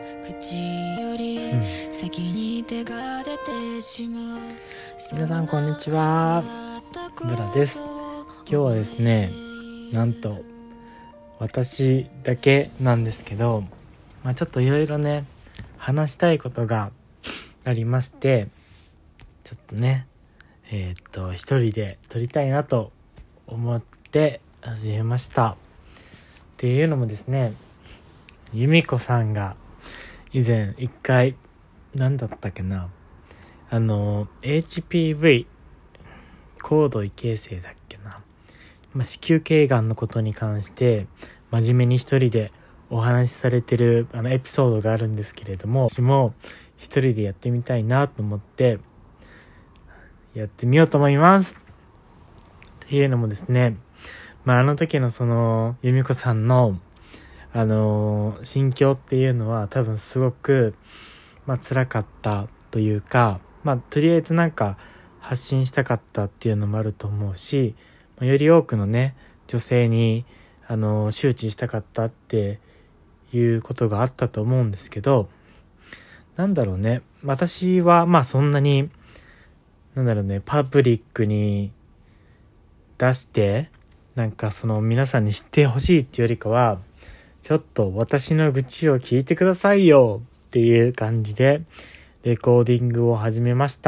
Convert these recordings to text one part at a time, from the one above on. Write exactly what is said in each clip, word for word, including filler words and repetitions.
うん、皆さんこんにちは、ブラです。今日はですね、なんと私だけなんですけど、まあ、ちょっといろいろね話したいことがありまして、ちょっとねえー、っと一人で撮りたいなと思って始めました。っていうのもですね、由美子さんが以前一回何だったっけなあの エイチピーブイ 高度異形成だっけな、まあ、子宮頸がんのことに関して真面目に一人でお話しされてるあのエピソードがあるんですけれども、私も一人でやってみたいなと思ってやってみようと思います。っていうのもですね、まああの時のその由美子さんのあのー、心境っていうのは多分すごくまあ辛かったというか、まあとりあえずなんか発信したかったっていうのもあると思うし、まあ、より多くのね女性にあのー、周知したかったっていうことがあったと思うんですけど、なんだろうね、私はまあそんなになんだろうねパブリックに出してなんかその皆さんに知ってほしいっていうよりかは、ちょっと私の愚痴を聞いてくださいよっていう感じでレコーディングを始めました。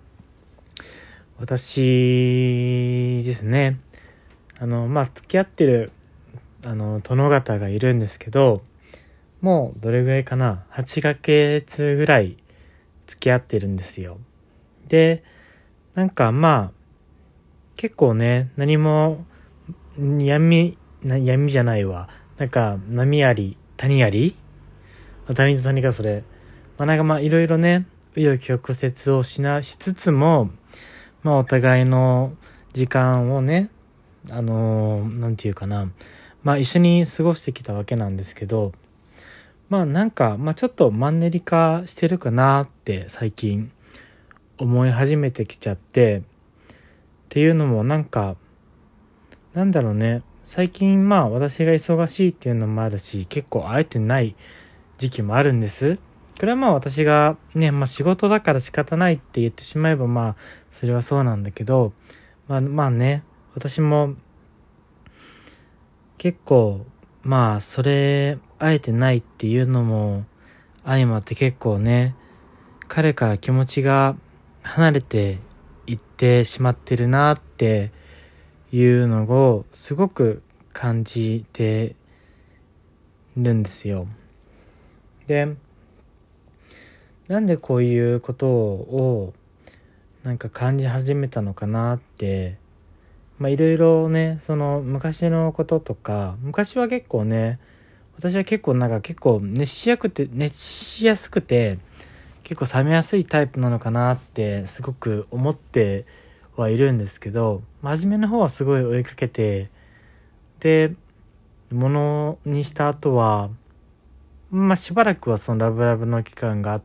私ですね、あのまあ付き合ってるあの殿方がいるんですけど、もうどれぐらいかなはちかげつぐらい付き合ってるんですよ。でなんかまあ結構ね何も闇闇じゃないわなんか波あり谷あり谷と谷かそれまあなんかまあいろいろね紆余曲折をしなしつつも、まあお互いの時間をねあのー、なんていうかなまあ一緒に過ごしてきたわけなんですけど、まあなんかまあちょっとマンネリ化してるかなって最近思い始めてきちゃって、っていうのもなんかなんだろうね、最近まあ私が忙しいっていうのもあるし、結構会えてない時期もあるんです。これはまあ私がね、まあ仕事だから仕方ないって言ってしまえばまあそれはそうなんだけど、まあまあね、私も結構まあそれ会えてないっていうのも相まって結構ね、彼から気持ちが離れていってしまってるなっていうのをすごく感じてるんですよ。で、なんでこういうことをなんか感じ始めたのかなって、まあいろいろね、その昔のこととか、昔は結構ね、私は結構なんか結構熱しやくて熱しやすくて結構冷めやすいタイプなのかなってすごく思ってはいるんですけど、真面目な方はすごい追いかけて、でものにした後はまあしばらくはそのラブラブの期間があって、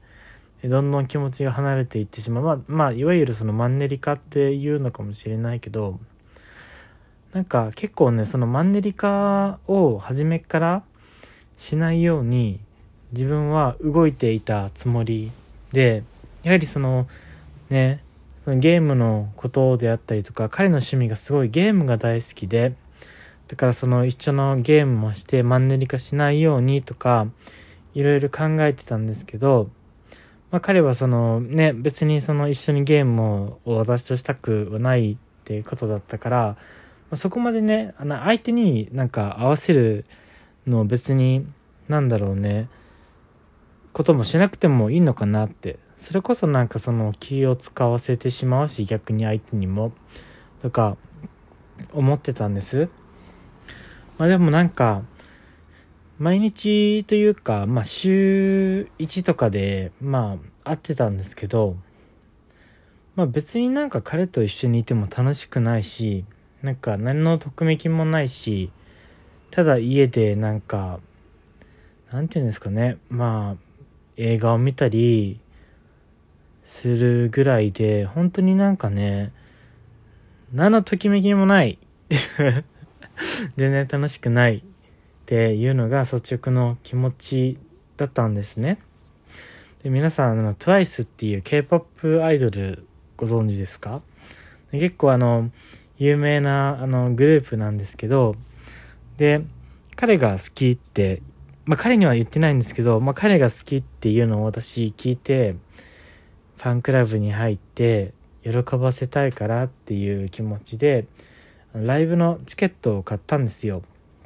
どんどん気持ちが離れていってしまう、まあまあいわゆるそのマンネリ化っていうのかもしれないけど、なんか結構ねそのマンネリ化を初めからしないように自分は動いていたつもりで、やはりそのねそのゲームのことであったりとか、彼の趣味がすごいゲームが大好きで、だからその一緒のゲームもしてマンネリ化しないようにとかいろいろ考えてたんですけど、まあ彼はそのね別にその一緒にゲームを私としたくはないっていうことだったから、まあ、そこまでねあの相手になんか合わせるのを別になんだろうねこともしなくてもいいのかなって、それこそなんかその気を使わせてしまうし逆に相手にもとか思ってたんです。まあでもなんか毎日というかまあ週いちとかでまあ会ってたんですけど、まあ別になんか彼と一緒にいても楽しくないし、なんか何のとくめきもないし、ただ家でなんかなんていうんですかね、まあ映画を見たりするぐらいで本当になんかね何のときめきもない全然楽しくないっていうのが率直の気持ちだったんですね。で皆さんあの トゥワイス っていう K-ポップ アイドルご存知ですか？で結構あの有名なあのグループなんですけど、で彼が好きって、まあ彼には言ってないんですけど、まあ彼が好きっていうのを私聞いて、ファンクラブに入って喜ばせたいからっていう気持ちでライブのチケットを買ったんですよ。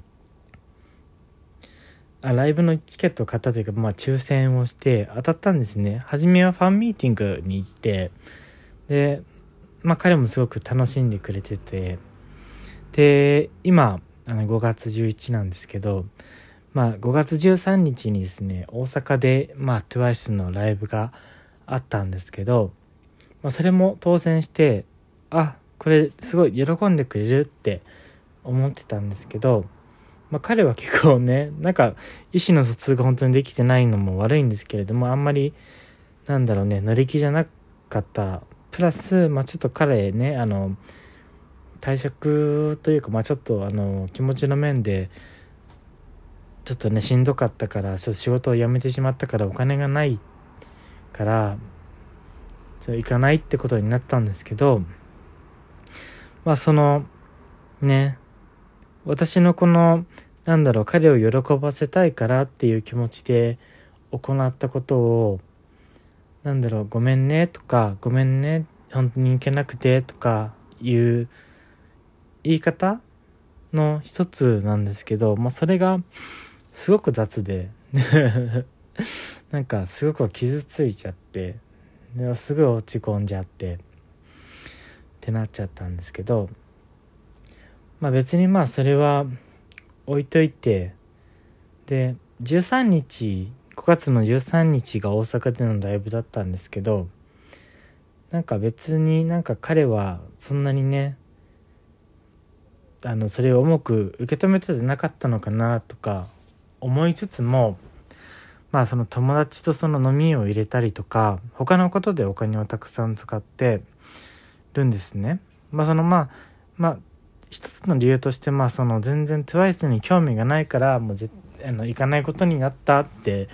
あライブのチケットを買ったというか、まあ抽選をして当たったんですね。初めはファンミーティングに行って、でまあ彼もすごく楽しんでくれてて、で今あのごがつじゅういちなんですけど、まあごがつじゅうさんにちにですね大阪でまあ トゥワイス のライブがあったんですけど、まあ、それも当選して、あこれすごい喜んでくれるって思ってたんですけど、まあ、彼は結構ねなんか意思の疎通が本当にできてないのも悪いんですけれども、あんまりなんだろうね乗り気じゃなかったプラス、まあ、ちょっと彼ねあの退職というか、まあ、ちょっとあの気持ちの面でちょっとねしんどかったから、ちょっと仕事を辞めてしまったからお金がないからちょっと行かないってことになったんですけど、まあそのね私のこのなんだろう彼を喜ばせたいからっていう気持ちで行ったことを、なんだろうごめんねとかごめんね本当に行けなくてとかいう言い方の一つなんですけど、まあそれがすごく雑でなんかすごく傷ついちゃって、ですぐ落ち込んじゃってってなっちゃったんですけど、まあ別にまあそれは置いといて、でじゅうさんにちごがつのじゅうさんにちが大阪でのライブだったんですけど、なんか別になんか彼はそんなにねあのそれを重く受け止めてなかったのかなとか思いつつも、まあその友達とその飲みを入れたりとか他のことでお金をたくさん使ってるんですね。まあそのまあまあ一つの理由として、まあその全然 トゥワイス に興味がないからもうぜあの行かないことになったって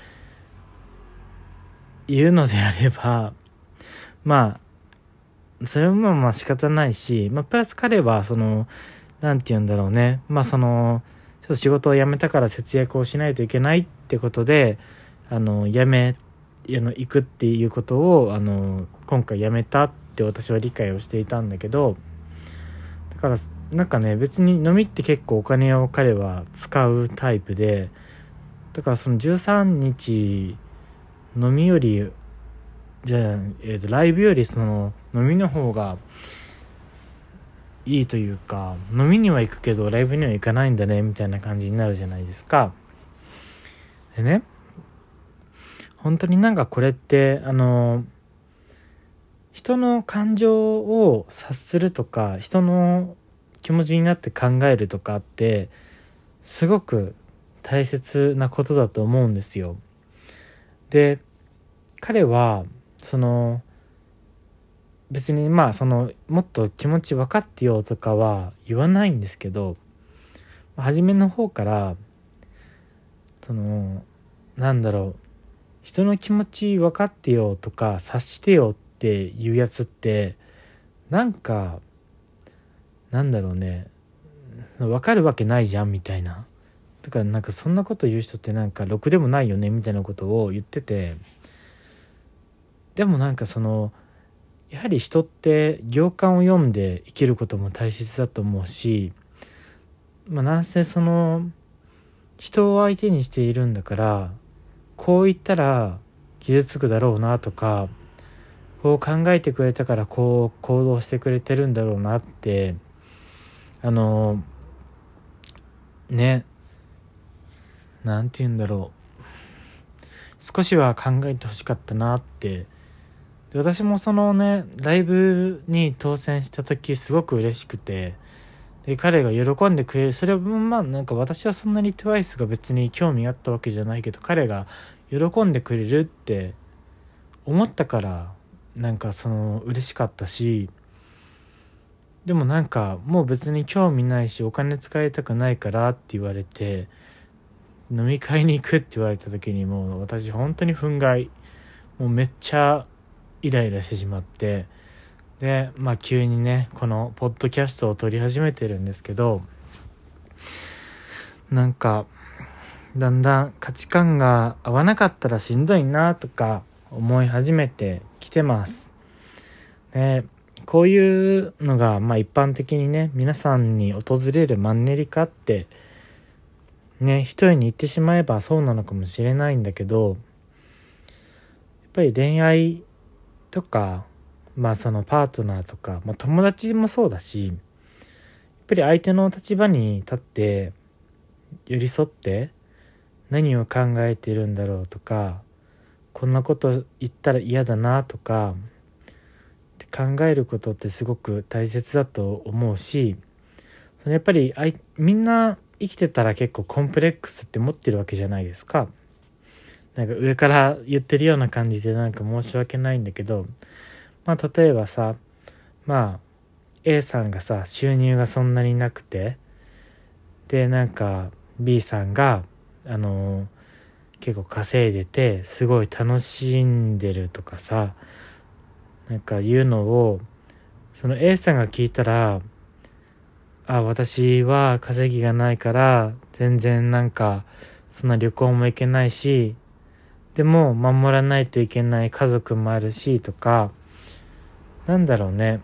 いうのであれば、まあそれもまあ仕方ないし、まあプラス彼はそのなんて言うんだろうね、まあそのちょっと仕事を辞めたから節約をしないといけないってことであの辞めあの行くっていうことをあの今回辞めたって私は理解をしていたんだけど、だからなんかね別に飲みって結構お金を彼は使うタイプで、だからそのじゅうさんにち飲みよりじゃあ、えーと、ライブよりその飲みの方がいいというか、飲みには行くけどライブには行かないんだねみたいな感じになるじゃないですか。でね本当になんかこれってあの人の感情を察するとか人の気持ちになって考えるとかってすごく大切なことだと思うんですよ。で彼はその別にまあそのもっと気持ち分かってよとかは言わないんですけど、初めの方からそのなんだろう人の気持ち分かってよとか察してよっていうやつってなんかなんだろうね分かるわけないじゃんみたいな、だからなんかそんなこと言う人ってなんかろくでもないよねみたいなことを言ってて、でもなんかそのやはり人って行間を読んで生きることも大切だと思うし、まあなんせその人を相手にしているんだからこう言ったら傷つくだろうなとか、こう考えてくれたからこう行動してくれてるんだろうなってあのねなんて言うんだろう少しは考えてほしかったなって。で私もそのねライブに当選した時すごく嬉しくて、で彼が喜んでくれる、それはまあなんか私はそんなに トゥワイス が別に興味あったわけじゃないけど彼が喜んでくれるって思ったからなんかその嬉しかったし、でもなんかもう別に興味ないしお金使いたくないからって言われて飲み会に行くって言われた時にもう私本当に憤慨、もうめっちゃイライラしてしまって、でまあ急にねこのポッドキャストを撮り始めてるんですけど、なんかだんだん価値観が合わなかったらしんどいなとか思い始めてきてます。でこういうのがまあ一般的にね皆さんに訪れるマンネリ化ってね一重に言ってしまえばそうなのかもしれないんだけど、やっぱり恋愛とかまあそのパートナーとか、まあ、友達もそうだし、やっぱり相手の立場に立って寄り添って何を考えているんだろうとか、こんなこと言ったら嫌だなとかって考えることってすごく大切だと思うし、そのやっぱりあいみんな生きてたら結構コンプレックスって持ってるわけじゃないですか。なんか上から言ってるような感じでなんか申し訳ないんだけど、まあ例えばさ、まあ A さんがさ収入がそんなになくて、でなんか B さんがあの結構稼いでてすごい楽しんでるとかさ、なんか言うのをその A さんが聞いたら、あ、私は稼ぎがないから全然なんかそんな旅行も行けないし、でも守らないといけない家族もあるしとか、なんだろうね、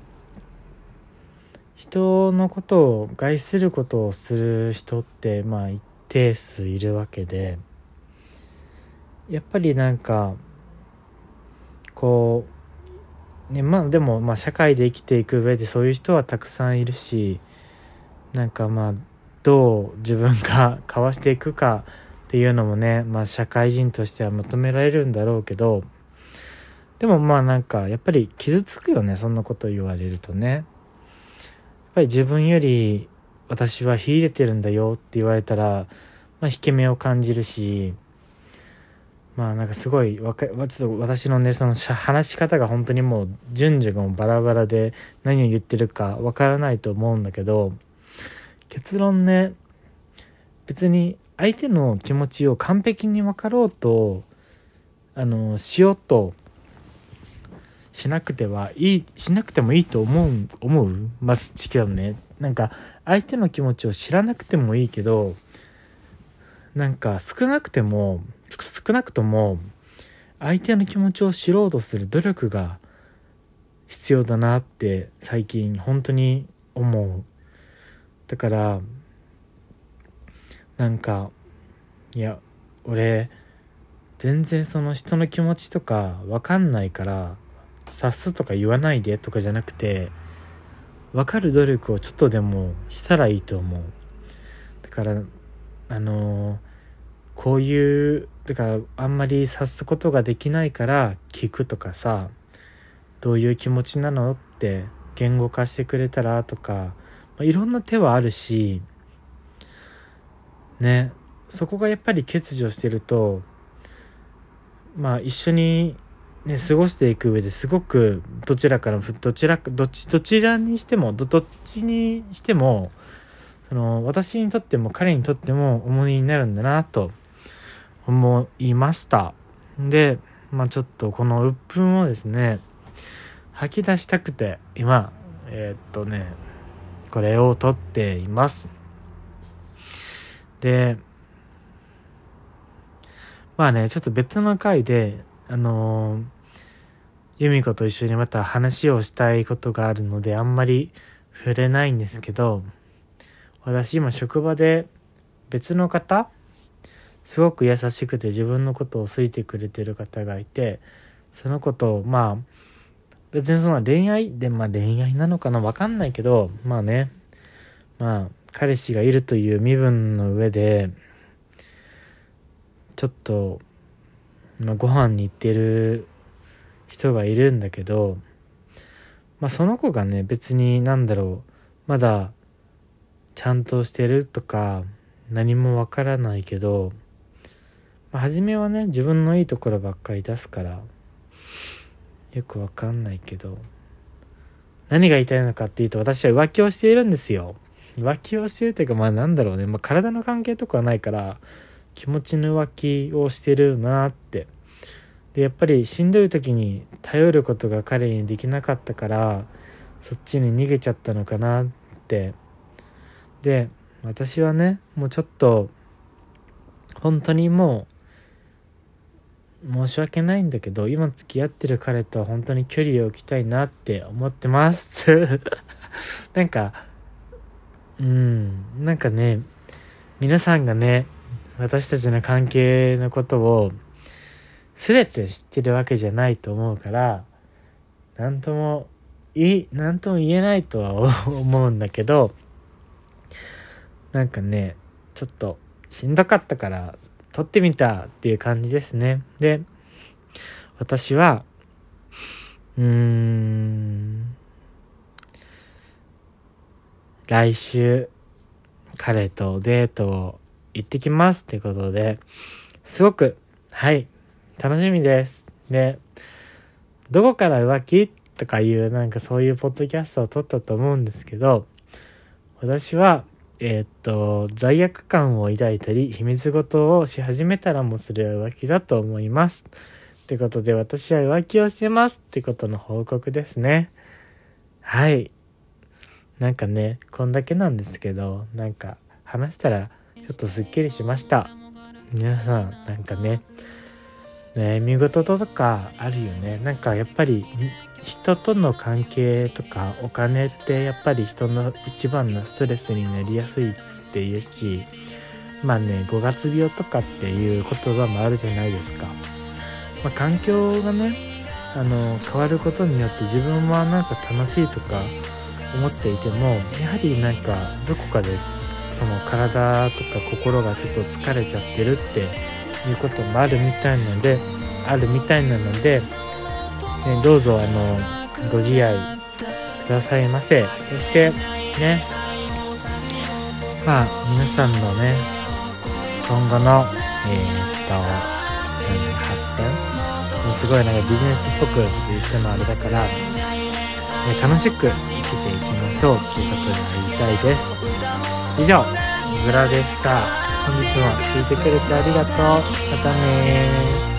人のことを害することをする人ってまあ一定数いるわけで、やっぱりなんかこうね、まあでもまあ社会で生きていく上でそういう人はたくさんいるし、なんかまあどう自分がかわしていくかっていうのもね、まあ社会人としては求められるんだろうけど、でもまあなんかやっぱり傷つくよね、そんなこと言われるとね。やっぱり自分より私は秀でてるんだよって言われたら、まあ引け目を感じるし、まあなんかすごいわかちょっと私のねその話し方が本当にもう順序がもうバラバラで何を言ってるかわからないと思うんだけど、結論ね、別に相手の気持ちを完璧に分かろうとあのしようとしなくてはいいしなくてもいいと思う思うます違うね。なんか相手の気持ちを知らなくてもいいけど、なんか少なくても少なくとも相手の気持ちを知ろうとする努力が必要だなって最近本当に思う。だからなんかいや俺全然その人の気持ちとか分かんないから察すとか言わないでとかじゃなくて、分かる努力をちょっとでもしたらいいと思う。だからあのー、こういうだからあんまり察すことができないから聞くとかさ、どういう気持ちなのって言語化してくれたらとか、まあ、いろんな手はあるしね、そこがやっぱり欠如してると、まあ一緒にね過ごしていく上ですごくどちらからどちらどっちどちらにしても ど, どっちにしてもその私にとっても彼にとっても重荷になるんだなと思いました。で、まあちょっとこの鬱憤をですね吐き出したくて今えー、っとねこれを撮っています。でまあねちょっと別の回であのー、由美子と一緒にまた話をしたいことがあるのであんまり触れないんですけど、私今職場で別の方すごく優しくて自分のことを好いてくれてる方がいて、そのことをまあ別にその恋愛でまあ恋愛なのかな分かんないけど、まあねまあ彼氏がいるという身分の上でちょっと、まあ、ご飯に行ってる人がいるんだけど、まあその子がね別になんだろうまだちゃんとしてるとか何もわからないけど、まあ、初めはね自分のいいところばっかり出すからよくわかんないけど、何が言いたいのかっていうと、私は浮気をしているんですよ。浮気をしているというかまあなんだろうね、まあ、体の関係とかはないから気持ちの浮気をしてるなって。でやっぱりしんどい時に頼ることが彼にできなかったからそっちに逃げちゃったのかなって。で私はねもうちょっと本当にもう申し訳ないんだけど今付き合ってる彼とは本当に距離を置きたいなって思ってますなんかうんなんかね皆さんがね私たちの関係のことを全て知ってるわけじゃないと思うから何ともいい何とも言えないとは思うんだけどなんかねちょっとしんどかったから撮ってみたっていう感じですね。で私はうーん来週彼とデートを行ってきますってことですごくはい楽しみです。でどこから浮気とかいうなんかそういうポッドキャストを撮ったと思うんですけど私はえー、っと罪悪感を抱いたり秘密事をし始めたらもうそれは浮気だと思いますってことで私は浮気をしてますってことの報告ですね。はいなんかねこんだけなんですけどなんか話したらちょっとすっきりしました。皆さんなんかね悩み事とかあるよね。なんかやっぱり人との関係とかお金ってやっぱり人の一番のストレスになりやすいっていうしまあねごがつ病とかっていう言葉もあるじゃないですか。まあ、環境がねあの変わることによって自分はなんか楽しいとか思っていてもやはりなんかどこかでその体とか心がちょっと疲れちゃってるっていうこともあるみたいなのであるみたいなので、ね、どうぞあのご自愛くださいませ。そしてねまあ皆さんのね今後のえー、っと発展すごいなんかビジネスっぽくちょっと言ってもあれだから、ね、楽しく生きていきましょうということで言いたいです。以上グラでした。本日も聞いてくれてありがとう。またね。